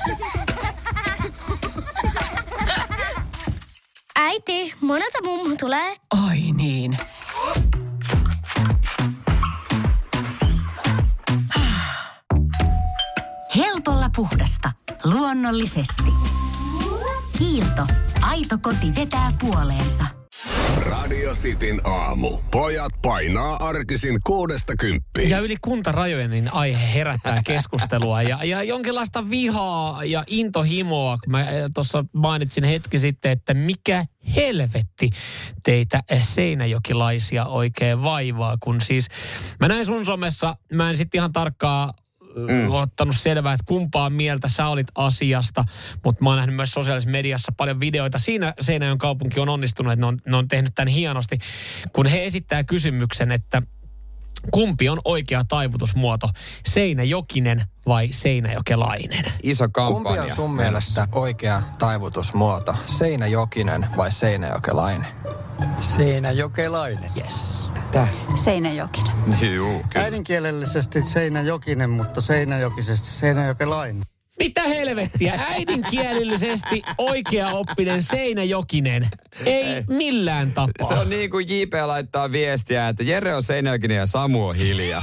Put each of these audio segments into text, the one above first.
Äiti, monelta mummu tulee? Oi niin. Helpolla puhdasta. Luonnollisesti. Kiilto. Aito koti vetää puoleensa. Radio Cityn aamu. Pojat painaa arkisin 6–10. Ja yli kuntarajojen niin aihe herättää keskustelua ja jonkinlaista vihaa ja intohimoa. Kun mä tuossa mainitsin hetki sitten, että mikä helvetti teitä seinäjokilaisia oikein vaivaa. Kun siis mä näin sun somessa, mä en sitten ihan tarkkaan ottanut selvää, että kumpaa mieltä sä olit asiasta, mutta mä oon nähnyt myös sosiaalisessa mediassa paljon videoita. Siinä Seinäjoen kaupunki on onnistunut, että ne on tehnyt tämän hienosti, kun he esittää kysymyksen, että kumpi on oikea taivutusmuoto, seinäjokinen vai seinäjokelainen? Iso kampanja. Kumpi on sun mielestä oikea taivutusmuoto, seinäjokinen vai seinäjokelainen? Seinäjokelainen. Yes. Seinäjokinen. Juu, kyllä. Äidinkielellisesti seinäjokinen, mutta seinäjokisesti seinäjokelainen. Mitä helvettiä? Äidinkielellisesti oikeaoppinen seinäjokinen. Ei millään tapaa. Se on niin kuin JP laittaa viestiä, että Jere on seinäjokinen ja Samu on hiljaa.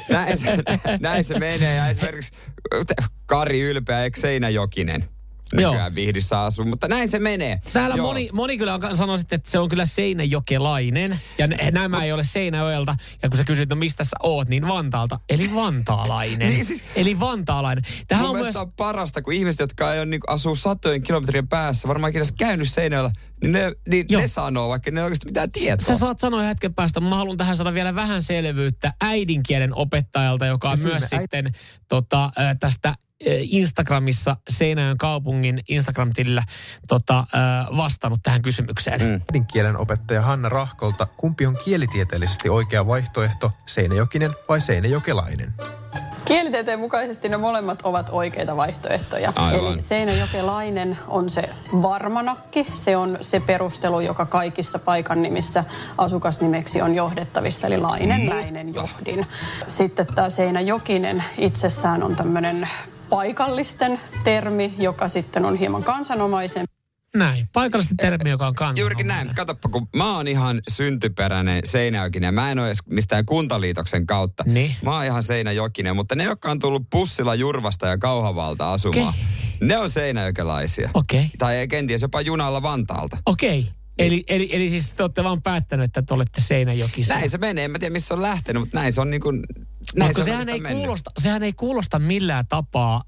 Näin se menee. Ja esimerkiksi Kari Ylpeä, eikö seinäjokinen? Nykyään Vihdissä asuu, mutta näin se menee. Täällä moni kyllä sanoi sitten, että se on kyllä seinäjokelainen. Ja nämä ei ole Seinäjoelta. Ja kun sä kysyt, no mistä sä oot, niin Vantaalta. Eli vantaalainen. Niin siis, eli vantaalainen. Tähän mun mielestä on parasta, kun ihmiset, jotka ei ole, niin asuu satojen kilometrien päässä, varmaan edes käynyt Seinäjoella, niin ne sanoo, vaikka ne ei oikeasti mitään tietoa. Sä saat sanoa hetken päästä, mä haluan tähän saada vielä vähän selvyyttä äidinkielen opettajalta, joka on myös sitten tästä Instagramissa Seinäjoen kaupungin Instagram-tilillä vastannut tähän kysymykseen. Äidinkielen opettaja Hanna Rahkolta, kumpi on kielitieteellisesti oikea vaihtoehto, seinäjokinen vai seinäjokelainen? Kielitieteen mukaisesti ne molemmat ovat oikeita vaihtoehtoja. Aivan. Eli seinäjokelainen on se varmanakki. Se on se perustelu, joka kaikissa paikan nimissä asukasnimeksi on johdettavissa. Eli lainen, läinen, johdin. Sitten tämä seinäjokinen itsessään on tämmöinen paikallisten termi, joka sitten on hieman kansanomaisen. Näin, paikallisesti termi, joka on kansanomainen. Juurikin näin. Katsoppa, kun mä oon ihan syntyperäinen seinäjokinen ja mä en ole edes mistään kuntaliitoksen kautta. Niin. Mä oon ihan seinäjokinen, mutta ne, jotka on tullut bussilla Jurvasta ja Kauhavalta asumaan, ne on seinäjokelaisia. Okei. Tai kenties jopa junalla Vantaalta. Okei. Eli siis te olette vaan päättänyt, että te olette Seinäjokisia. Näin se menee. En mä tiedä, missä se on lähtenyt, mutta näin se on niin kuin... Mutta sehän ei kuulosta millään tapaa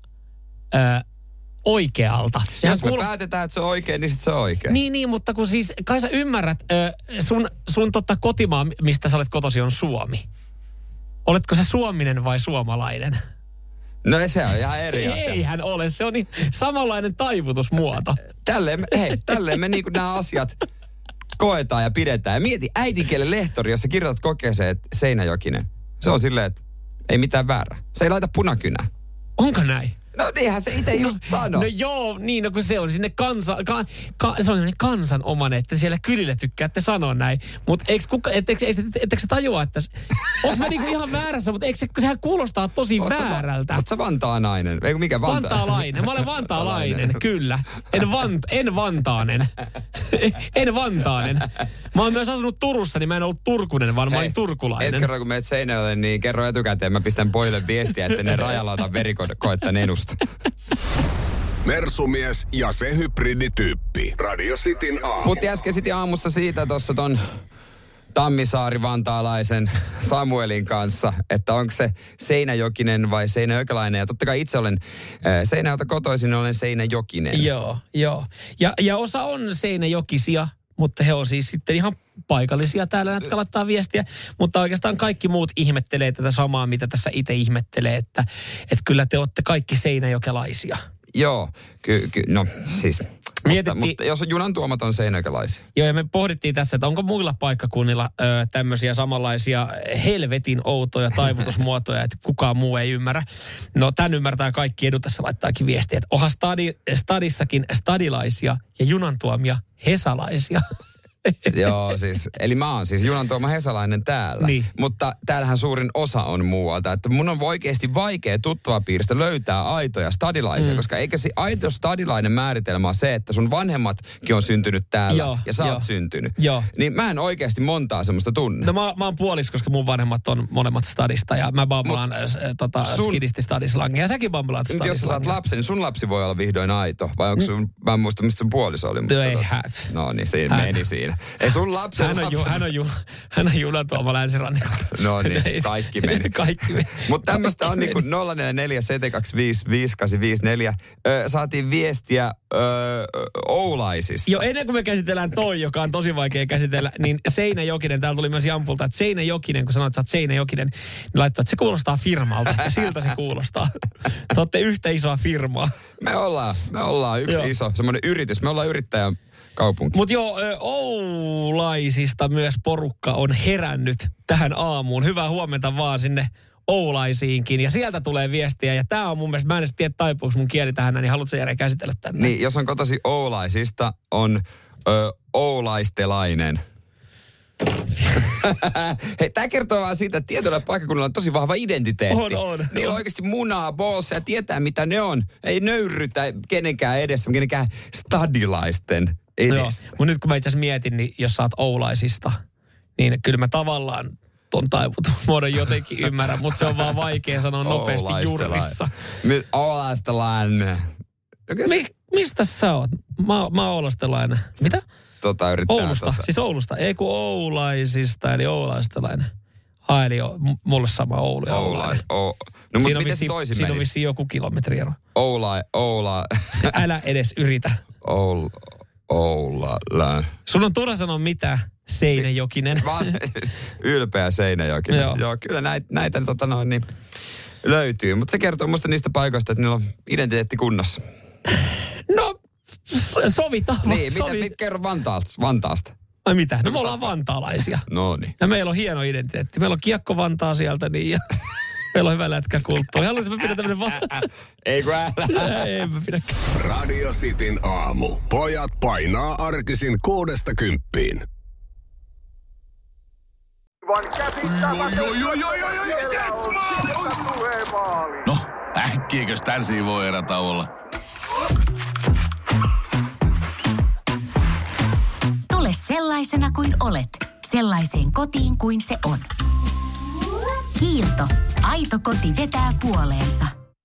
oikealta. Jos me päätetään, että se on oikein, niin sitten se on oikein. Niin, mutta kun siis, kai sä ymmärrät, sun kotimaa, mistä sä olet kotosi, on Suomi. Oletko se suominen vai suomalainen? No se on ihan eri asia. Eihän ole, se on niin samanlainen taivutusmuoto. Tälleen me niin kuin nämä asiat koetaan ja pidetään. Ja mieti äidinkielen lehtori, jos sä kirjoitat kokeeseen, että Seinäjokinen. Se on silleen, että ei mitään väärää. Se ei laita punakynää. Onko näin? No niinhän se itse just sanoo. No joo, niin, kun se on sinne se on kansanomainen, että siellä kylillä tykkäätte sanoa näin. Mutta etteikö se tajua, että... Onko mä niinku ihan väärässä, mutta sehän kuulostaa tosi väärältä. Oot sä vantaanainen? Eikö mikä Vantaalainen. Mä olen vantaalainen, kyllä. En vantaanen. En vantaanen. Mä oon myös asunut Turussa, niin mä en ollut turkunen, vaan mä olin turkulainen. Ensi kerran kun meet Seinäjoelle, niin kerro etukäteen. Mä pistän pojille viestiä, että ne rajalla otan verikoetta nenusta. Mersumies ja se hybridityyppi. Radio Cityn aamu. Puhuttiin äsken aamussa siitä tuossa ton Tammisaari-vantaalaisen Samuelin kanssa, että onko se seinäjokinen vai seinäjokelainen. Ja totta kai itse olen Seinäjoelta kotoisin, niin olen seinäjokinen. Joo. Ja osa on seinäjokisia, mutta he on siis sitten ihan paikallisia täällä, jotka laittaa viestiä. Mutta oikeastaan kaikki muut ihmettelee tätä samaa, mitä tässä itse ihmettelee, että kyllä te olette kaikki seinäjokelaisia. Joo, no siis, mutta jos junan tuomat on seinäjokelaisia. Joo, ja me pohdittiin tässä, että onko muilla paikkakunnilla tämmöisiä samanlaisia helvetin outoja taivutusmuotoja, että kukaan muu ei ymmärrä. No, tämän ymmärtää kaikki. Edu tässä laittaakin viestiä, että onhan stadissakin stadilaisia ja junan tuomia hesalaisia. Joo, siis, eli mä oon siis Junan Tuoma hesalainen täällä. Niin. Mutta täällähän suurin osa on muualta. Että mun on oikeasti vaikea tuttavapiiristä löytää aitoja stadilaisia, koska eikä se aito stadilainen määritelmä ole se, että sun vanhemmatkin on syntynyt täällä ja sä oot syntynyt. Joo. Niin mä en oikeasti montaa semmoista tunne. No mä oon puolis, koska mun vanhemmat on molemmat stadista ja mä bambulaan skidisti stadislangia ja säkin bambulaat stadislangia. Jos sä saat lapsen, niin sun lapsi voi olla vihdoin aito. Vai onko sun, mä en muista, mistä sun puoliso oli. Mutta no niin, se meni siinä. Ei sun lapsi hän on Junan Tuoma länsirannikolta. No niin, kaikki meni. Mutta tämmöistä on niinku 044 725 5854. Saatiin viestiä Oulaisista. Joo, ennen kuin me käsitellään toi, joka on tosi vaikea käsitellä, niin Seinäjokinen, täällä tuli myös Jampulta, että Seinäjokinen, kun sanoit, että sä oot Seinäjokinen, niin laittaa, että se kuulostaa firmalta. Ja siltä se kuulostaa. Te ootte yhtä isoa firmaa. Me ollaan yksi iso semmoinen yritys. Me ollaan yrittäjän kaupunki. Mutta joo, Oulaisista myös porukka on herännyt tähän aamuun. Hyvää huomenta vaan sinne Oulaisiinkin. Ja sieltä tulee viestiä. Ja tää on mun mielestä, mä en edes tiedä taipuuko mun kieli tähän, niin haluatko Jere käsitellä tänne? Niin, jos on kotoisin Oulaisista, on oulaistelainen. Hei, tää kertoo vaan siitä, että tietyllä paikkakunnalla on tosi vahva identiteetti. On. Niillä on oikeasti munaa, bolsseja, tietää mitä ne on. Ei nöyrytä kenenkään edessä, kenenkään stadilaisten edessä. Mutta nyt kun mä itse asiassa mietin, niin jos sä oot Oulaisista, niin kyllä mä tavallaan ton taivutumuodon jotenkin ymmärrän, mutta se on vaan vaikea sanoa nopeasti jurissa. Oulaistelainen. Mistä sä oot? Mä oon oulastelainen. Mitä? Oulusta. Siis Oulusta. Ei kun Oulaisista, eli oulaistelainen. Eli mulle sama Oulu ja Oulainen. No mutta miten se toisin siinä on vissiin joku kilometriero. Oula. Älä edes yritä. Oula. Sun on turha sanoa mitä, Seinäjokinen. Ylpeä Seinäjokinen. Joo, kyllä näitä niin löytyy. Mutta se kertoo musta niistä paikoista, että niillä on identiteetti kunnossa. No, sovitaan. Niin, mitä kerro Vantaasta? Ai mitä? No me ollaan vantaalaisia. No niin. Ja meillä on hieno identiteetti. Meillä on Kiekko Vantaa sieltä niin ja meillä on hyvä lätkäkulttuuri. Haluaisin mä pidä tämmöisen Ei kun älä. Ei mä pidäkään. Radio Cityn aamu. Pojat painaa arkisin 6–10. No, äkkiäkös tän voi erätauolla? Tule sellaisena kuin olet, sellaiseen kotiin kuin se on. Kiilto. Aito koti vetää puoleensa.